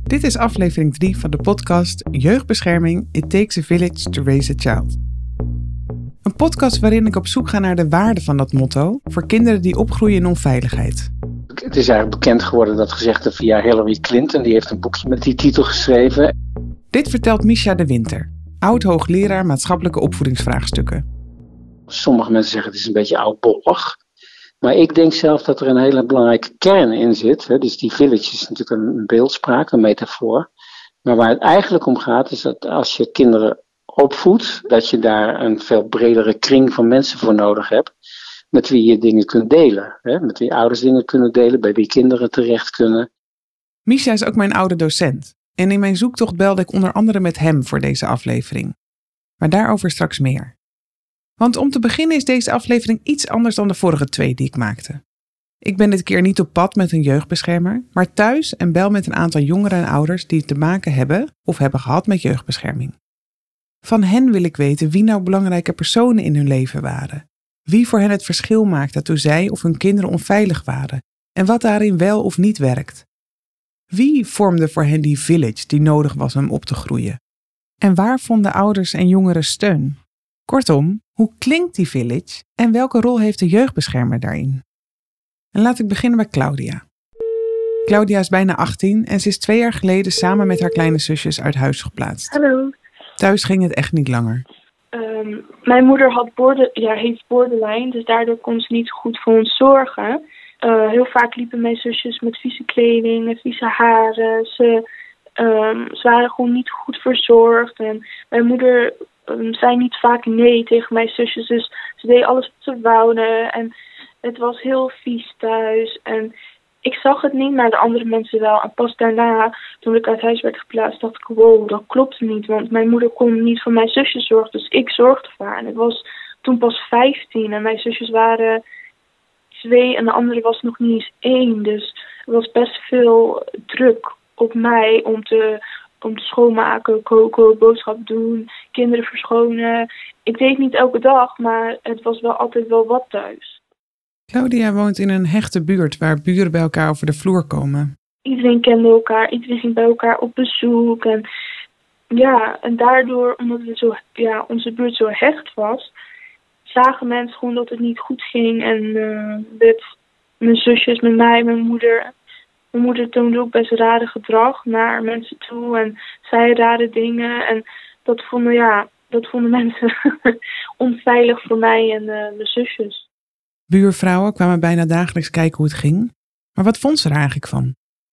Dit is aflevering 3 van de podcast Jeugdbescherming It Takes a Village to Raise a Child. Een podcast waarin ik op zoek ga naar de waarde van dat motto voor kinderen die opgroeien in onveiligheid. Het is eigenlijk bekend geworden, dat gezegde, via Hillary Clinton. Die heeft een boekje met die titel geschreven. Dit vertelt Misha de Winter, oud-hoogleraar maatschappelijke opvoedingsvraagstukken. Sommige mensen zeggen het is een beetje oudbollig. Maar ik denk zelf dat er een hele belangrijke kern in zit. Dus die village is natuurlijk een beeldspraak, een metafoor. Maar waar het eigenlijk om gaat is dat als je kinderen opvoedt, dat je daar een veel bredere kring van mensen voor nodig hebt. Met wie je dingen kunt delen. Met wie ouders dingen kunnen delen, bij wie kinderen terecht kunnen. Misha is ook mijn oude docent. En in mijn zoektocht belde ik onder andere met hem voor deze aflevering. Maar daarover straks meer. Want om te beginnen is deze aflevering iets anders dan de vorige 2 die ik maakte. Ik ben dit keer niet op pad met een jeugdbeschermer, maar thuis en bel met een aantal jongeren en ouders die te maken hebben of hebben gehad met jeugdbescherming. Van hen wil ik weten wie nou belangrijke personen in hun leven waren. Wie voor hen het verschil maakte toen zij of hun kinderen onveilig waren en wat daarin wel of niet werkt. Wie vormde voor hen die village die nodig was om op te groeien? En waar vonden ouders en jongeren steun? Kortom, hoe klinkt die village en welke rol heeft de jeugdbeschermer daarin? En laat ik beginnen bij Claudia. Claudia is bijna 18 en ze is 2 jaar geleden samen met haar kleine zusjes uit huis geplaatst. Hallo. Thuis ging het echt niet langer. Mijn moeder heeft borderline, dus daardoor kon ze niet goed voor ons zorgen. Heel vaak liepen mijn zusjes met vieze kleding en vieze haren. Ze waren gewoon niet goed verzorgd. En mijn moeder zei niet vaak nee tegen mijn zusjes, dus ze deed alles wat ze wouden. En het was heel vies thuis. En ik zag het niet, maar de andere mensen wel. En pas daarna, toen ik uit huis werd geplaatst, dacht ik, wow, dat klopt niet. Want mijn moeder kon niet voor mijn zusjes zorgen, dus ik zorgde voor haar. En ik was toen pas 15 en mijn zusjes waren 2 en de andere was nog niet eens 1. Dus er was best veel druk op mij om te schoonmaken, koken, boodschappen doen, kinderen verschonen. Ik deed niet elke dag, maar het was wel altijd wel wat thuis. Claudia woont in een hechte buurt waar buren bij elkaar over de vloer komen. Iedereen kende elkaar, iedereen ging bij elkaar op bezoek. En daardoor, omdat onze buurt zo hecht was, zagen mensen gewoon dat het niet goed ging. En met mijn zusjes, met mij, mijn moeder. Mijn moeder toonde ook best rare gedrag naar mensen toe en zei rare dingen. En dat vonden mensen onveilig voor mij en mijn zusjes. Buurvrouwen kwamen bijna dagelijks kijken hoe het ging. Maar wat vond ze er eigenlijk van?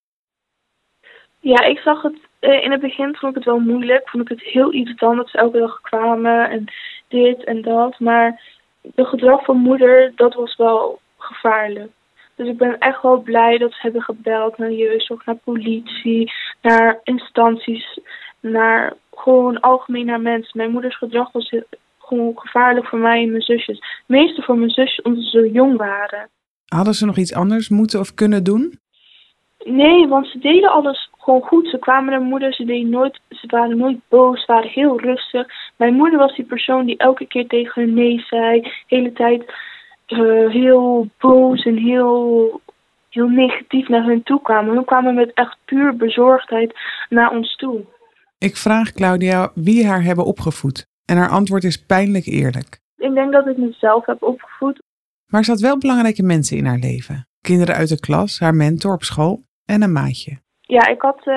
Ja, ik zag het. In het begin vond ik het wel moeilijk. Vond ik het heel irritant dat ze elke dag kwamen en dit en dat. Maar de gedrag van moeder, dat was wel gevaarlijk. Dus ik ben echt wel blij dat ze hebben gebeld naar jeugdzorg, naar politie, naar instanties, naar gewoon algemeen naar mensen. Mijn moeders gedrag was gewoon gevaarlijk voor mij en mijn zusjes. Meestal voor mijn zusjes omdat ze zo jong waren. Hadden ze nog iets anders moeten of kunnen doen? Nee, want ze deden alles gewoon goed. Ze kwamen naar moeder, ze waren nooit boos, ze waren heel rustig. Mijn moeder was die persoon die elke keer tegen hun nee zei, de hele tijd heel boos en heel negatief naar hun toe kwamen. Hun kwamen met echt puur bezorgdheid naar ons toe. Ik vraag Claudia wie haar hebben opgevoed. En haar antwoord is pijnlijk eerlijk. Ik denk dat ik mezelf heb opgevoed. Maar ze had wel belangrijke mensen in haar leven. Kinderen uit de klas, haar mentor op school en een maatje. Ja, ik had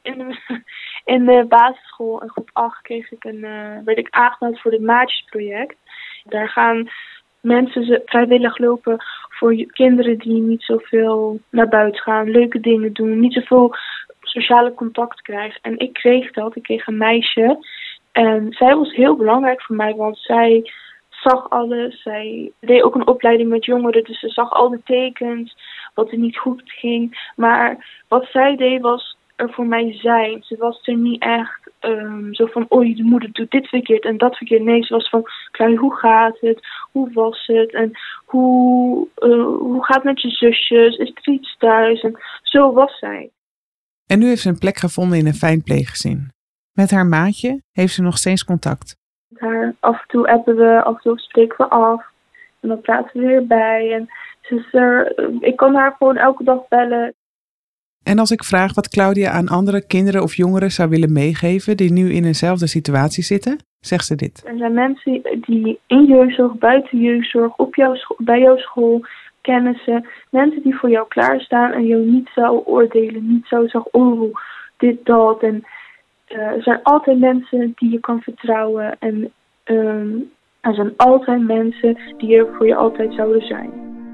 in de basisschool in groep 8 werd ik aangenomen voor het maatjesproject. Daar gaan mensen vrijwillig lopen voor kinderen die niet zoveel naar buiten gaan, leuke dingen doen, niet zoveel sociale contact krijgen. En ik kreeg een meisje. En zij was heel belangrijk voor mij, want zij zag alles. Zij deed ook een opleiding met jongeren, dus ze zag al de tekens, wat er niet goed ging. Maar wat zij deed was er voor mij zijn. Ze was er niet echt zo van, oei, de moeder doet dit verkeerd en dat verkeerd. Nee, ze was van, Claudia, hoe gaat het? Hoe was het? En hoe gaat het met je zusjes? Is er iets thuis? En zo was zij. En nu heeft ze een plek gevonden in een fijn pleeggezin. Met haar maatje heeft ze nog steeds contact. Met haar af en toe appen we, af en toe spreken we af. En dan praten we weer bij. En ze is er, ik kan haar gewoon elke dag bellen. En als ik vraag wat Claudia aan andere kinderen of jongeren zou willen meegeven die nu in eenzelfde situatie zitten, zegt ze dit. Er zijn mensen die in jeugdzorg, buiten jeugdzorg, op bij jouw school, kennissen, mensen die voor jou klaarstaan en jou niet zouden oordelen, niet zouden zeggen, oh, dit, dat. En er zijn altijd mensen die je kan vertrouwen en er zijn altijd mensen die er voor je altijd zouden zijn.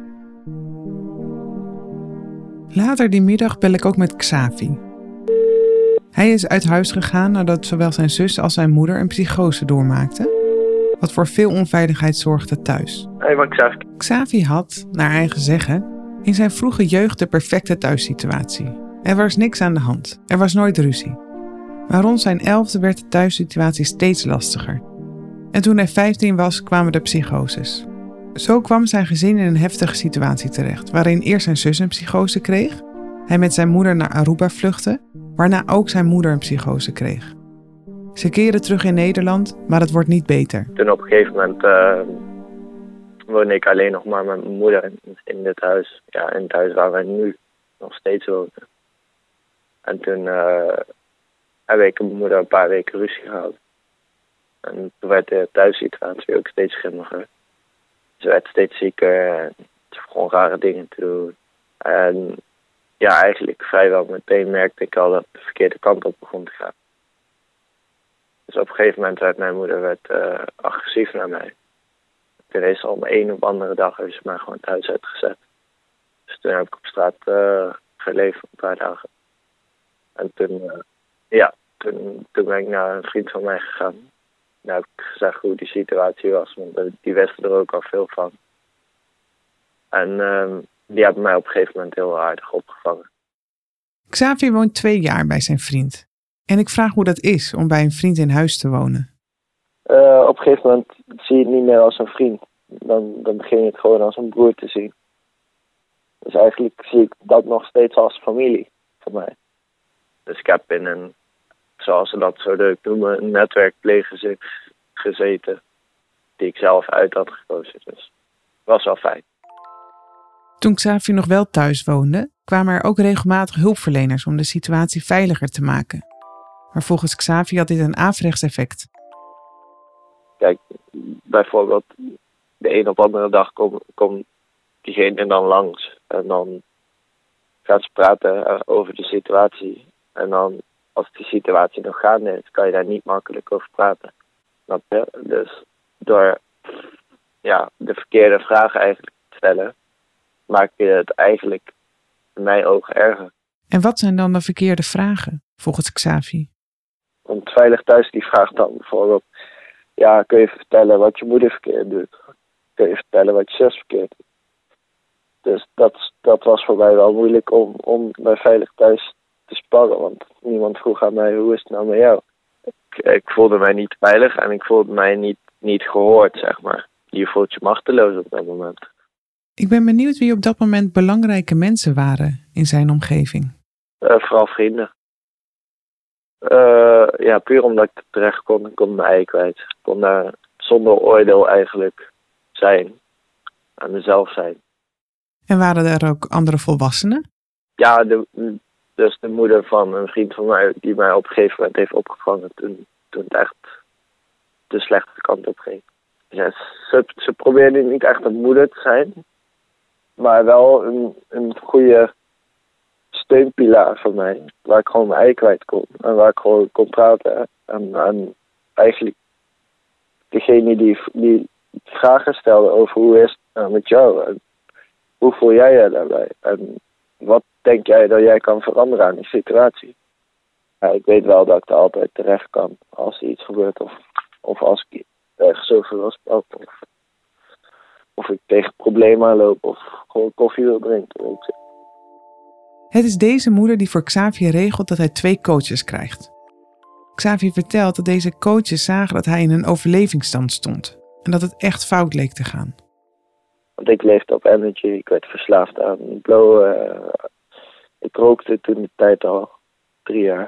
Later die middag bel ik ook met Xavi. Hij is uit huis gegaan nadat zowel zijn zus als zijn moeder een psychose doormaakten, wat voor veel onveiligheid zorgde thuis. Hey, maar Xavi. Xavi had, naar eigen zeggen, in zijn vroege jeugd de perfecte thuissituatie. Er was niks aan de hand, er was nooit ruzie. Maar rond zijn 11e werd de thuissituatie steeds lastiger. En toen hij 15 was, kwamen de psychoses. Zo kwam zijn gezin in een heftige situatie terecht, waarin eerst zijn zus een psychose kreeg, hij met zijn moeder naar Aruba vluchtte, waarna ook zijn moeder een psychose kreeg. Ze keren terug in Nederland, maar het wordt niet beter. Toen op een gegeven moment woonde ik alleen nog maar met mijn moeder in dit huis. Ja, in het huis waar wij nu nog steeds wonen. En toen heb ik mijn moeder een paar weken ruzie gehouden. En toen werd de thuissituatie ook steeds grimmiger. Ze werd steeds zieker en ze begon rare dingen te doen. En ja, eigenlijk vrijwel meteen merkte ik al dat het de verkeerde kant op begon te gaan. Dus op een gegeven moment werd mijn moeder agressief naar mij. Toen is ze al een of andere dag heeft ze mij gewoon thuis uitgezet. Dus toen heb ik op straat geleefd voor een paar dagen. En toen ben ik naar een vriend van mij gegaan. Daar heb ik gezegd hoe die situatie was, want die wisten er ook al veel van. En die hebben mij op een gegeven moment heel aardig opgevangen. Xavi woont 2 jaar bij zijn vriend. En ik vraag hoe dat is om bij een vriend in huis te wonen. Op een gegeven moment zie je het niet meer als een vriend. Dan begin je het gewoon als een broer te zien. Dus eigenlijk zie ik dat nog steeds als familie voor mij. Dus ik heb in een, zoals ze dat zo leuk noemen, een netwerkpleeg gezeten. Die ik zelf uit had gekozen. Dus het was wel fijn. Toen Xavi nog wel thuis woonde, kwamen er ook regelmatig hulpverleners om de situatie veiliger te maken. Maar volgens Xavi had dit een averechts effect. Kijk, bijvoorbeeld de een op andere dag komt diegene dan langs. En dan gaat ze praten over de situatie. En dan, als die situatie nog gaande is, kan je daar niet makkelijk over praten. Snap je? Dus door de verkeerde vragen eigenlijk te stellen, maak je het eigenlijk in mijn ogen erger. En wat zijn dan de verkeerde vragen, volgens Xavi? Want Veilig Thuis die vraagt dan bijvoorbeeld, ja, kun je vertellen wat je moeder verkeerd doet? Kun je vertellen wat je zus verkeerd doet? Dus dat was voor mij wel moeilijk om bij Veilig Thuis te sparren, want niemand vroeg aan mij, hoe is het nou met jou? Ik voelde mij niet veilig en ik voelde mij niet gehoord, zeg maar. Je voelt je machteloos op dat moment. Ik ben benieuwd wie op dat moment belangrijke mensen waren in zijn omgeving. Vooral vrienden. Puur omdat ik terecht kon, ik kon mijn ei kwijt. Ik kon daar zonder oordeel eigenlijk zijn. En mezelf zijn. En waren er ook andere volwassenen? Ja, dus de moeder van een vriend van mij, die mij op een gegeven moment heeft opgevangen toen het echt de slechte kant op ging. Ja, ze probeerde niet echt een moeder te zijn, maar wel een goede steunpilaar voor mij, waar ik gewoon mijn ei kwijt kon en waar ik gewoon kon praten. En eigenlijk degene die vragen stelde over hoe is het met jou en hoe voel jij je daarbij en wat denk jij dat jij kan veranderen aan die situatie. Ja, ik weet wel dat ik er altijd terecht kan als er iets gebeurt of als ik ergens over wil spraken of ik tegen problemen aanloop of gewoon koffie wil drinken. Weet je. Het is deze moeder die voor Xavi regelt dat hij 2 coaches krijgt. Xavi vertelt dat deze coaches zagen dat hij in een overlevingsstand stond en dat het echt fout leek te gaan. Want ik leefde op energy, ik werd verslaafd aan blowen. Ik rookte toen de tijd al 3 jaar.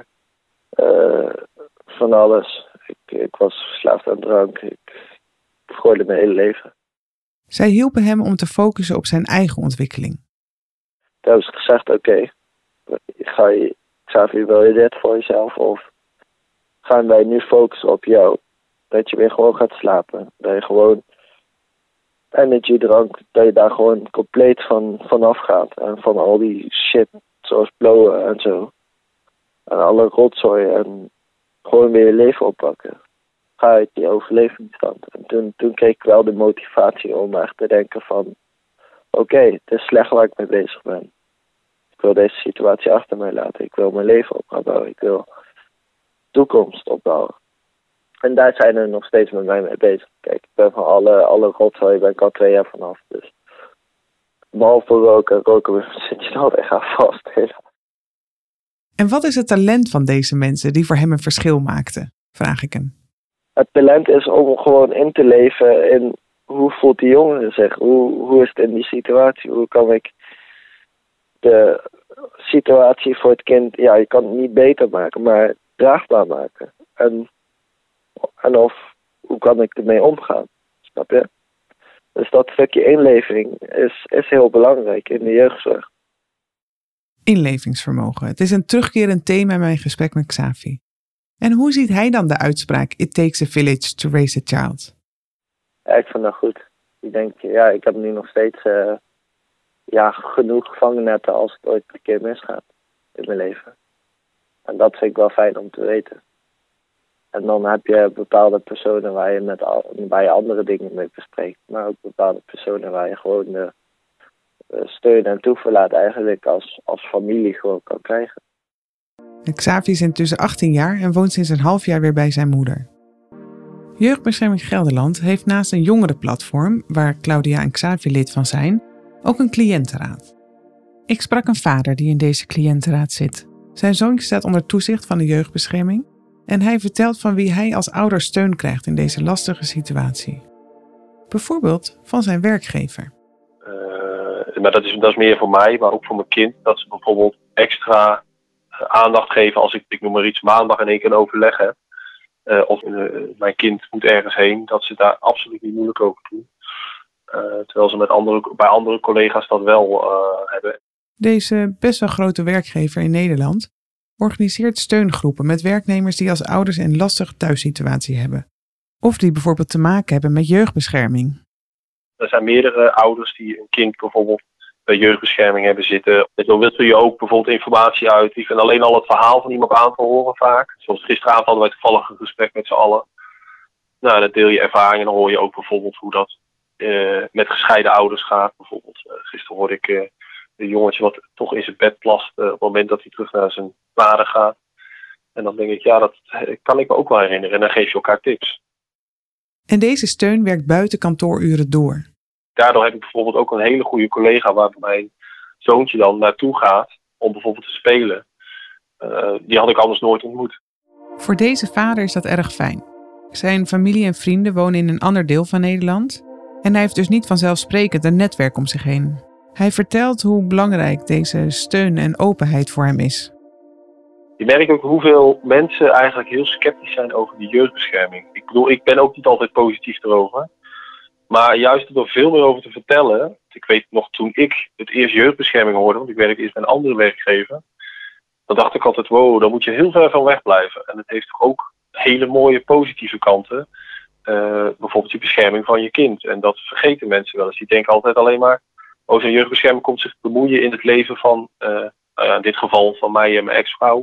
Van alles. Ik was verslaafd aan drank. Ik vergooide mijn hele leven. Zij hielpen hem om te focussen op zijn eigen ontwikkeling. Toen hebben ze gezegd, oké, Xavi, wil je dit voor jezelf? Of gaan wij nu focussen op jou? Dat je weer gewoon gaat slapen. Dat je gewoon energiedrank, dat je daar gewoon compleet van afgaat. En van al die shit, zoals blowen en zo. En alle rotzooi en gewoon weer je leven oppakken. Ga uit die overlevingsstand. En toen kreeg ik wel de motivatie om echt te denken van... Oké, het is slecht waar ik mee bezig ben. Ik wil deze situatie achter mij laten. Ik wil mijn leven op gaan bouwen. Ik wil toekomst opbouwen. En daar zijn we nog steeds met mij mee bezig. Kijk, ik ben van alle rotzooi ben ik al 2 jaar vanaf. Dus behalve roken zit je er altijd aan vast. En wat is het talent van deze mensen die voor hem een verschil maakten? Vraag ik hem. Het talent is om gewoon in te leven in hoe voelt die jongen zich? Hoe is het in die situatie? Hoe kan ik de situatie voor het kind, ja, je kan het niet beter maken, maar draagbaar maken. En hoe kan ik ermee omgaan? Snap je? Dus dat stukje inleving is heel belangrijk in de jeugdzorg. Inlevingsvermogen. Het is een terugkerend thema in mijn gesprek met Xavi. En hoe ziet hij dan de uitspraak It takes a village to raise a child? Ja, ik vind dat goed. Ik denk, ja, ik heb nu nog steeds genoeg vangnetten als het ooit een keer misgaat in mijn leven. En dat vind ik wel fijn om te weten. En dan heb je bepaalde personen waar je andere dingen mee bespreekt. Maar ook bepaalde personen waar je gewoon de steun en toeverlaat eigenlijk als familie gewoon kan krijgen. Xavi is intussen 18 jaar en woont sinds een half jaar weer bij zijn moeder. Jeugdbescherming Gelderland heeft naast een jongerenplatform, waar Claudia en Xavi lid van zijn, ook een cliëntenraad. Ik sprak een vader die in deze cliëntenraad zit. Zijn zoontje staat onder toezicht van de jeugdbescherming en hij vertelt van wie hij als ouder steun krijgt in deze lastige situatie. Bijvoorbeeld van zijn werkgever. Maar dat is meer voor mij, maar ook voor mijn kind. Dat ze bijvoorbeeld extra aandacht geven als ik noem maar iets, maandag in één keer een overleg heb. Of mijn kind moet ergens heen, dat ze daar absoluut niet moeilijk over doen. Terwijl ze bij andere collega's dat wel hebben. Deze best wel grote werkgever in Nederland organiseert steungroepen met werknemers die als ouders een lastige thuissituatie hebben. Of die bijvoorbeeld te maken hebben met jeugdbescherming. Er zijn meerdere ouders die een kind bijvoorbeeld bij jeugdbescherming hebben zitten. En dan wissel je ook bijvoorbeeld informatie uit. Die vinden alleen al het verhaal van iemand aan te horen vaak. Zoals gisteravond hadden wij toevallig een gesprek met z'n allen. Nou, dan deel je ervaring en dan hoor je ook bijvoorbeeld hoe dat met gescheiden ouders gaat. Bijvoorbeeld gisteren hoorde ik een jongetje wat toch in zijn bed plast op het moment dat hij terug naar zijn vader gaat. En dan denk ik, ja, dat kan ik me ook wel herinneren. En dan geef je elkaar tips. En deze steun werkt buiten kantooruren door. Daardoor heb ik bijvoorbeeld ook een hele goede collega waar mijn zoontje dan naartoe gaat om bijvoorbeeld te spelen. Die had ik anders nooit ontmoet. Voor deze vader is dat erg fijn. Zijn familie en vrienden wonen in een ander deel van Nederland en hij heeft dus niet vanzelfsprekend een netwerk om zich heen. Hij vertelt hoe belangrijk deze steun en openheid voor hem is. Je merkt ook hoeveel mensen eigenlijk heel sceptisch zijn over die jeugdbescherming. Ik bedoel, ik ben ook niet altijd positief erover. Maar juist door veel meer over te vertellen. Ik weet nog toen ik het eerst jeugdbescherming hoorde, want ik werkte eerst bij een andere werkgever. Dan dacht ik altijd, wow, daar moet je heel ver van weg blijven. En het heeft toch ook hele mooie positieve kanten. Bijvoorbeeld die bescherming van je kind. En dat vergeten mensen wel eens. Die denken altijd alleen maar, oh, zo'n jeugdbescherming komt zich bemoeien in het leven van, in dit geval van mij en mijn ex-vrouw.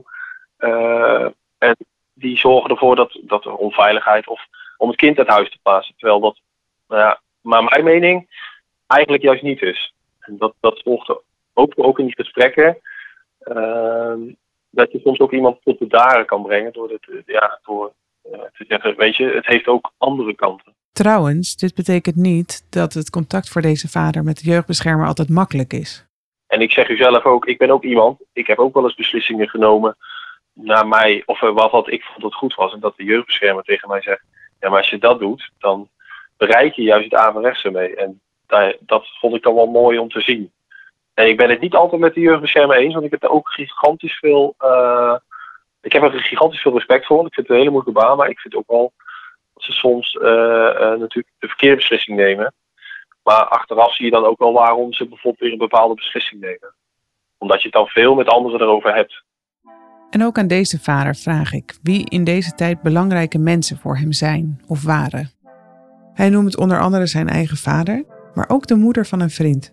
En die zorgen ervoor dat er onveiligheid of om het kind uit huis te plaatsen. Terwijl dat, maar mijn mening eigenlijk juist niet is. En dat volgt ook in die gesprekken. Dat je soms ook iemand tot de daden kan brengen door te zeggen, weet je, het heeft ook andere kanten. Trouwens, dit betekent niet dat het contact voor deze vader met de jeugdbeschermer altijd makkelijk is. En ik zeg u zelf ook, ik ben ook iemand, ik heb ook wel eens beslissingen genomen naar mij, of wat ik vond dat goed was. En dat de jeugdbeschermer tegen mij zegt, ja, maar als je dat doet, dan bereik je juist het averechtse mee. En dat vond ik dan wel mooi om te zien. En ik ben het niet altijd met de jeugdbeschermer eens, want ik heb er ook gigantisch veel respect voor. Want ik vind het een hele moeilijke baan, maar ik vind ook wel dat ze soms natuurlijk de verkeerde beslissing nemen. Maar achteraf zie je dan ook wel waarom ze bijvoorbeeld weer een bepaalde beslissing nemen. Omdat je het dan veel met anderen erover hebt. En ook aan deze vader vraag ik wie in deze tijd belangrijke mensen voor hem zijn of waren. Hij noemt onder andere zijn eigen vader, maar ook de moeder van een vriend.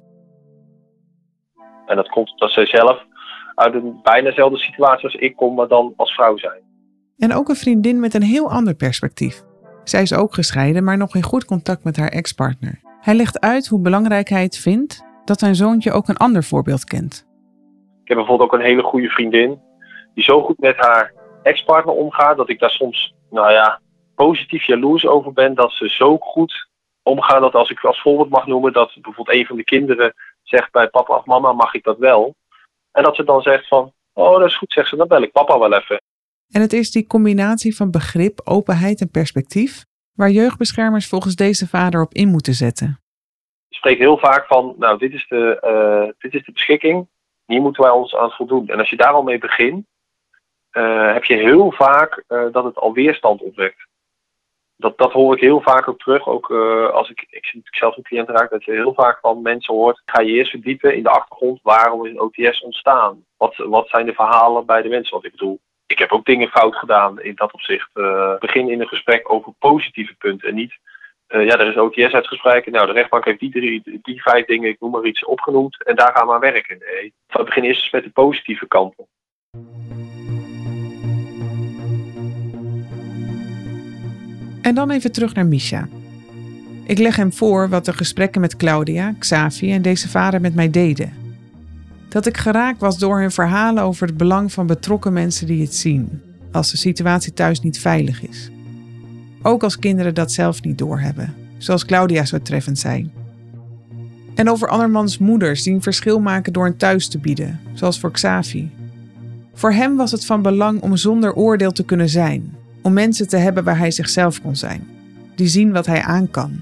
En dat komt omdat zij zelf uit een bijna dezelfde situatie als ik kom, maar dan als vrouw zijn. En ook een vriendin met een heel ander perspectief. Zij is ook gescheiden, maar nog in goed contact met haar ex-partner. Hij legt uit hoe belangrijk hij het vindt dat zijn zoontje ook een ander voorbeeld kent. Ik heb bijvoorbeeld ook een hele goede vriendin die zo goed met haar ex-partner omgaat dat ik daar soms, positief jaloers over ben dat ze zo goed omgaan dat als ik als voorbeeld mag noemen dat bijvoorbeeld een van de kinderen zegt bij papa of mama mag ik dat wel. En dat ze dan zegt van, oh dat is goed, zegt ze, dan bel ik papa wel even. En het is die combinatie van begrip, openheid en perspectief waar jeugdbeschermers volgens deze vader op in moeten zetten. Je spreekt heel vaak van, dit is de beschikking, hier moeten wij ons aan voldoen. En als je daar al mee begint, heb je heel vaak dat het al weerstand opwekt. Dat hoor ik heel vaak ook terug, ook als ik zelf een cliënt raak, dat je heel vaak van mensen hoort, ga je eerst verdiepen in de achtergrond, waarom is een OTS ontstaan? Wat zijn de verhalen bij de mensen? Want ik bedoel, ik heb ook dingen fout gedaan in dat opzicht. Begin in een gesprek over positieve punten en niet, er is OTS uitgesproken, de rechtbank heeft die 5 dingen, ik noem maar iets, opgenoemd en daar gaan we aan werken. Nee, we beginnen eerst met de positieve kanten. En dan even terug naar Misha. Ik leg hem voor wat de gesprekken met Claudia, Xavi en deze vader met mij deden. Dat ik geraakt was door hun verhalen over het belang van betrokken mensen die het zien, als de situatie thuis niet veilig is. Ook als kinderen dat zelf niet doorhebben, zoals Claudia zo treffend zei. En over andermans moeders die een verschil maken door een thuis te bieden, zoals voor Xavi. Voor hem was het van belang om zonder oordeel te kunnen zijn, om mensen te hebben waar hij zichzelf kon zijn, die zien wat hij aan kan.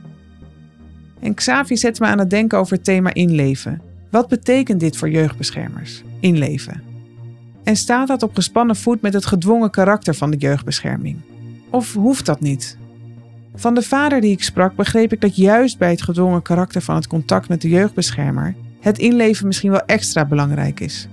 En Xavi zet me aan het denken over het thema inleven. Wat betekent dit voor jeugdbeschermers? Inleven. En staat dat op gespannen voet met het gedwongen karakter van de jeugdbescherming? Of hoeft dat niet? Van de vader die ik sprak begreep ik dat juist bij het gedwongen karakter van het contact met de jeugdbeschermer het inleven misschien wel extra belangrijk is.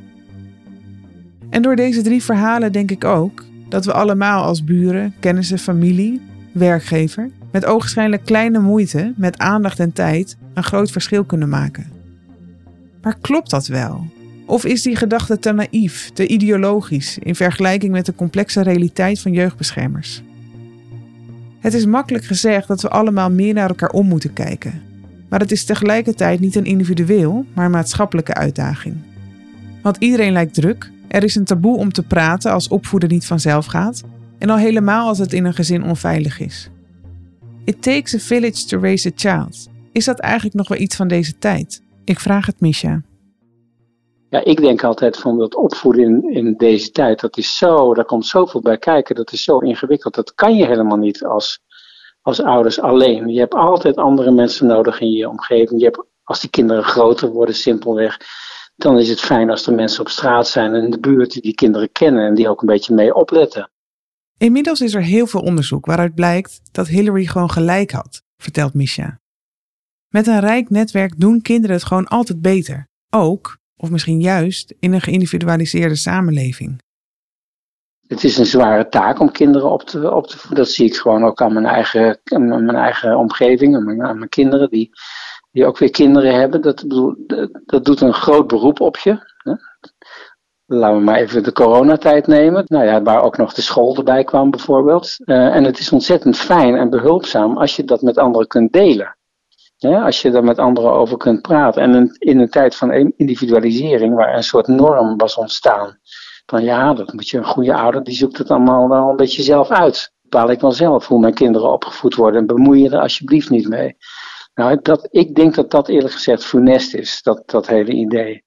En door deze 3 verhalen denk ik ook dat we allemaal als buren, kennissen, familie, werkgever met ogenschijnlijk kleine moeite, met aandacht en tijd, een groot verschil kunnen maken. Maar klopt dat wel? Of is die gedachte te naïef, te ideologisch in vergelijking met de complexe realiteit van jeugdbeschermers? Het is makkelijk gezegd dat we allemaal meer naar elkaar om moeten kijken. Maar het is tegelijkertijd niet een individueel, maar een maatschappelijke uitdaging. Want iedereen lijkt druk, er is een taboe om te praten als opvoeden niet vanzelf gaat, en al helemaal als het in een gezin onveilig is. It takes a village to raise a child. Is dat eigenlijk nog wel iets van deze tijd? Ik vraag het Misha. Ja, ik denk altijd van dat opvoeden in deze tijd, dat is zo, daar komt zoveel bij kijken, dat is zo ingewikkeld. Dat kan je helemaal niet als ouders alleen. Je hebt altijd andere mensen nodig in je omgeving. Je hebt, als die kinderen groter worden, simpelweg, dan is het fijn als er mensen op straat zijn en in de buurt die kinderen kennen en die ook een beetje mee opletten. Inmiddels is er heel veel onderzoek waaruit blijkt dat Hillary gewoon gelijk had, vertelt Misha. Met een rijk netwerk doen kinderen het gewoon altijd beter. Ook, of misschien juist, in een geïndividualiseerde samenleving. Het is een zware taak om kinderen op te voeden. Dat zie ik gewoon ook aan mijn eigen omgeving, aan mijn kinderen die ook weer kinderen hebben. Dat doet een groot beroep op je. Hè? Laten we maar even de coronatijd nemen. Waar ook nog de school erbij kwam bijvoorbeeld. En het is ontzettend fijn en behulpzaam als je dat met anderen kunt delen. Ja, als je daar met anderen over kunt praten. En in een tijd van individualisering, waar een soort norm was ontstaan. Van dat moet je, een goede ouder, die zoekt het allemaal wel een beetje zelf uit. Bepaal ik wel zelf hoe mijn kinderen opgevoed worden. En bemoei je er alsjeblieft niet mee. Ik denk dat eerlijk gezegd funest is, dat hele idee.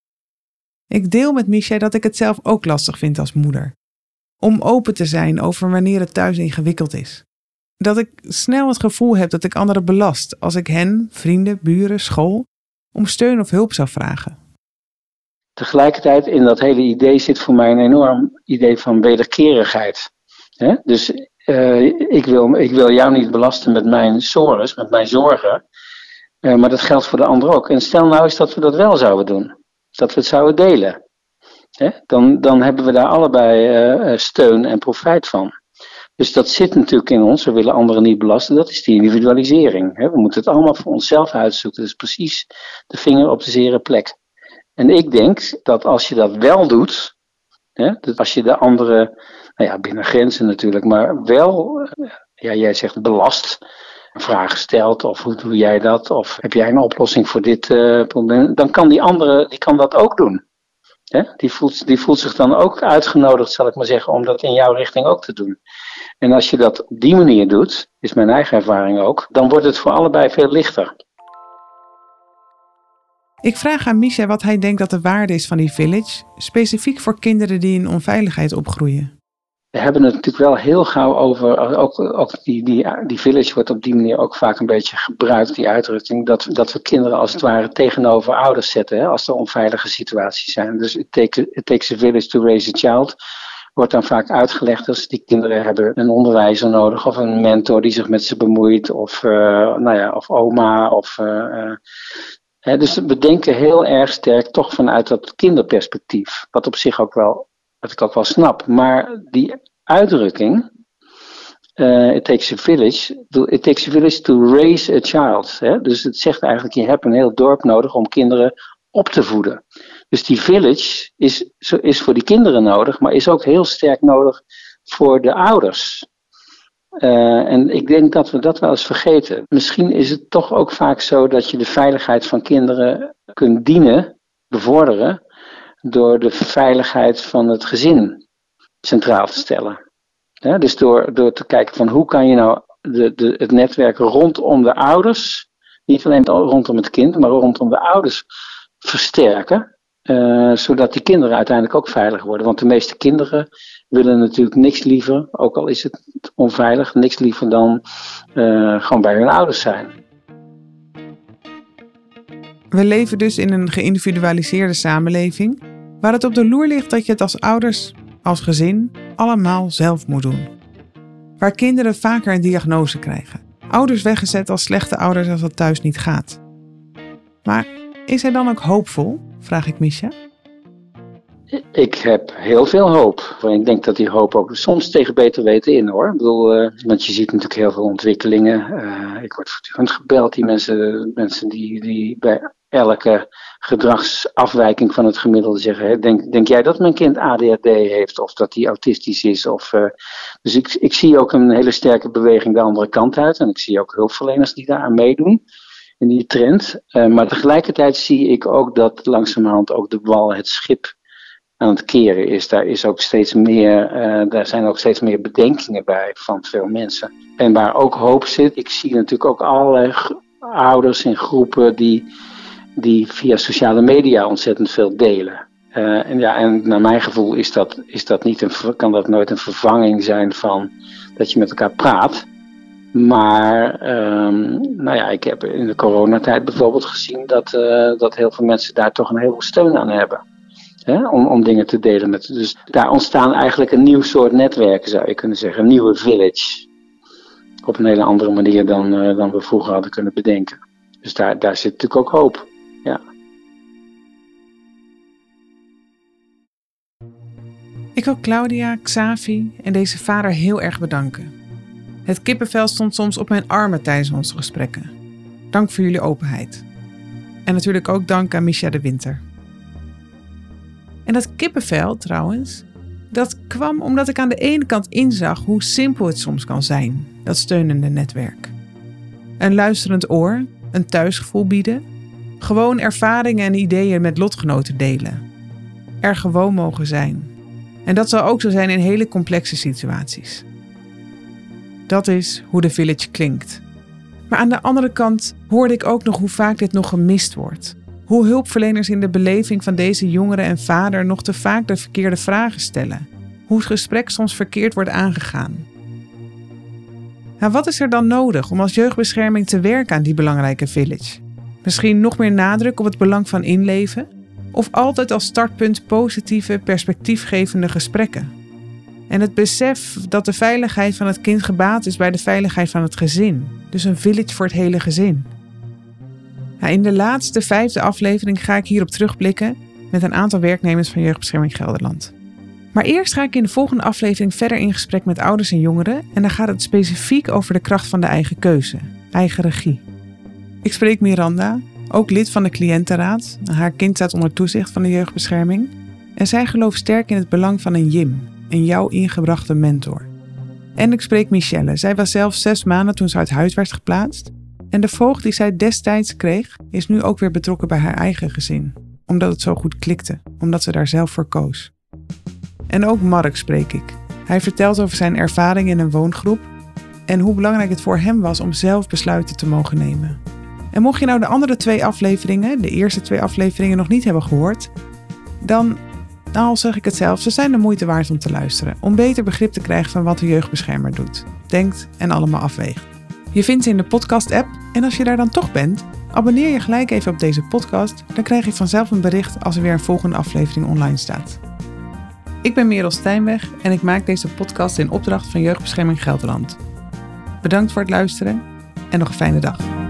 Ik deel met Misha dat ik het zelf ook lastig vind als moeder. Om open te zijn over wanneer het thuis ingewikkeld is. Dat ik snel het gevoel heb dat ik anderen belast als ik hen, vrienden, buren, school, om steun of hulp zou vragen. Tegelijkertijd in dat hele idee zit voor mij een enorm idee van wederkerigheid. Dus ik wil jou niet belasten met mijn sores, met mijn zorgen. Maar dat geldt voor de ander ook. En stel nou eens dat we dat wel zouden doen. dat we het zouden delen. Dan hebben we daar allebei steun en profijt van. Dus dat zit natuurlijk in ons. We willen anderen niet belasten. Dat is die individualisering. We moeten het allemaal voor onszelf uitzoeken. Dat is precies de vinger op de zere plek. En ik denk dat als je dat wel doet, dat als je de anderen, binnen grenzen natuurlijk, maar wel, jij zegt belast, vragen stelt, of hoe doe jij dat, of heb jij een oplossing voor dit probleem, dan kan die andere, die kan dat ook doen. Die voelt zich dan ook uitgenodigd, zal ik maar zeggen, om dat in jouw richting ook te doen. En als je dat op die manier doet, is mijn eigen ervaring ook, dan wordt het voor allebei veel lichter. Ik vraag aan Misha wat hij denkt dat de waarde is van die village, specifiek voor kinderen die in onveiligheid opgroeien. We hebben het natuurlijk wel heel gauw over, ook die village wordt op die manier ook vaak een beetje gebruikt, die uitdrukking, dat we kinderen als het ware tegenover ouders zetten, als er onveilige situaties zijn. Dus it takes a village to raise a child wordt dan vaak uitgelegd als die kinderen hebben een onderwijzer nodig of een mentor die zich met ze bemoeit of oma of... Dus we denken heel erg sterk toch vanuit dat kinderperspectief, wat op zich ook wel, wat ik ook wel snap. Maar die uitdrukking, it takes a village to raise a child. Dus het zegt eigenlijk, je hebt een heel dorp nodig om kinderen op te voeden. Dus die village is voor die kinderen nodig, maar is ook heel sterk nodig voor de ouders. En ik denk dat we dat wel eens vergeten. Misschien is het toch ook vaak zo dat je de veiligheid van kinderen kunt bevorderen, door de veiligheid van het gezin centraal te stellen. Dus door te kijken van hoe kan je nou het netwerk rondom de ouders, niet alleen rondom het kind, maar rondom de ouders versterken. Zodat die kinderen uiteindelijk ook veilig worden. Want de meeste kinderen willen natuurlijk niks liever, ook al is het onveilig, niks liever dan gewoon bij hun ouders zijn. We leven dus in een geïndividualiseerde samenleving, waar het op de loer ligt dat je het als ouders, als gezin, allemaal zelf moet doen. Waar kinderen vaker een diagnose krijgen. Ouders weggezet als slechte ouders als het thuis niet gaat. Maar is hij dan ook hoopvol? Vraag ik Misha. Ik heb heel veel hoop. Ik denk dat die hoop ook soms tegen beter weten in, hoor. Ik bedoel, want je ziet natuurlijk heel veel ontwikkelingen. Ik word voortdurend gebeld, die mensen die bij elke gedragsafwijking van het gemiddelde zeggen, denk jij dat mijn kind ADHD heeft of dat hij autistisch is? Dus ik zie ook een hele sterke beweging de andere kant uit. En ik zie ook hulpverleners die daaraan meedoen. In die trend. Maar tegelijkertijd zie ik ook dat langzamerhand ook de wal, het schip aan het keren is. Daar zijn ook steeds meer bedenkingen bij van veel mensen. En waar ook hoop zit, ik zie natuurlijk ook allerlei ouders in groepen die via sociale media ontzettend veel delen. En naar mijn gevoel kan dat nooit een vervanging zijn van dat je met elkaar praat. Maar ik heb in de coronatijd bijvoorbeeld gezien dat heel veel mensen daar toch een heleboel steun aan hebben. Om dingen te delen. Dus daar ontstaan eigenlijk een nieuw soort netwerken, zou je kunnen zeggen. Een nieuwe village. Op een hele andere manier dan we vroeger hadden kunnen bedenken. Dus daar zit natuurlijk ook hoop. Ja. Ik wil Claudia, Xavi en deze vader heel erg bedanken. Het kippenvel stond soms op mijn armen tijdens onze gesprekken. Dank voor jullie openheid. En natuurlijk ook dank aan Misha de Winter. En dat kippenvel trouwens, dat kwam omdat ik aan de ene kant inzag hoe simpel het soms kan zijn, dat steunende netwerk. Een luisterend oor, een thuisgevoel bieden, gewoon ervaringen en ideeën met lotgenoten delen. Er gewoon mogen zijn. En dat zal ook zo zijn in hele complexe situaties. Dat is hoe de village klinkt. Maar aan de andere kant hoorde ik ook nog hoe vaak dit nog gemist wordt. Hoe hulpverleners in de beleving van deze jongeren en vader nog te vaak de verkeerde vragen stellen. Hoe het gesprek soms verkeerd wordt aangegaan. Nou, wat is er dan nodig om als jeugdbescherming te werken aan die belangrijke village? Misschien nog meer nadruk op het belang van inleven? Of altijd als startpunt positieve, perspectiefgevende gesprekken? En het besef dat de veiligheid van het kind gebaat is bij de veiligheid van het gezin. Dus een village voor het hele gezin. In de laatste 5e aflevering ga ik hierop terugblikken met een aantal werknemers van Jeugdbescherming Gelderland. Maar eerst ga ik in de volgende aflevering verder in gesprek met ouders en jongeren en dan gaat het specifiek over de kracht van de eigen keuze, eigen regie. Ik spreek Miranda, ook lid van de cliëntenraad. Haar kind staat onder toezicht van de Jeugdbescherming en zij gelooft sterk in het belang van een JIM, een jou ingebrachte mentor. En ik spreek Michelle. Zij was zelf 6 maanden toen ze uit huis werd geplaatst. En de voogd die zij destijds kreeg, is nu ook weer betrokken bij haar eigen gezin. Omdat het zo goed klikte, omdat ze daar zelf voor koos. En ook Mark spreek ik. Hij vertelt over zijn ervaring in een woongroep en hoe belangrijk het voor hem was om zelf besluiten te mogen nemen. En mocht je nou de andere 2 afleveringen, de eerste 2 afleveringen nog niet hebben gehoord, dan al zeg ik het zelf, ze zijn de moeite waard om te luisteren. Om beter begrip te krijgen van wat de jeugdbeschermer doet, denkt en allemaal afweegt. Je vindt ze in de podcast-app en als je daar dan toch bent, abonneer je gelijk even op deze podcast. Dan krijg je vanzelf een bericht als er weer een volgende aflevering online staat. Ik ben Merel Stijnweg en ik maak deze podcast in opdracht van Jeugdbescherming Gelderland. Bedankt voor het luisteren en nog een fijne dag.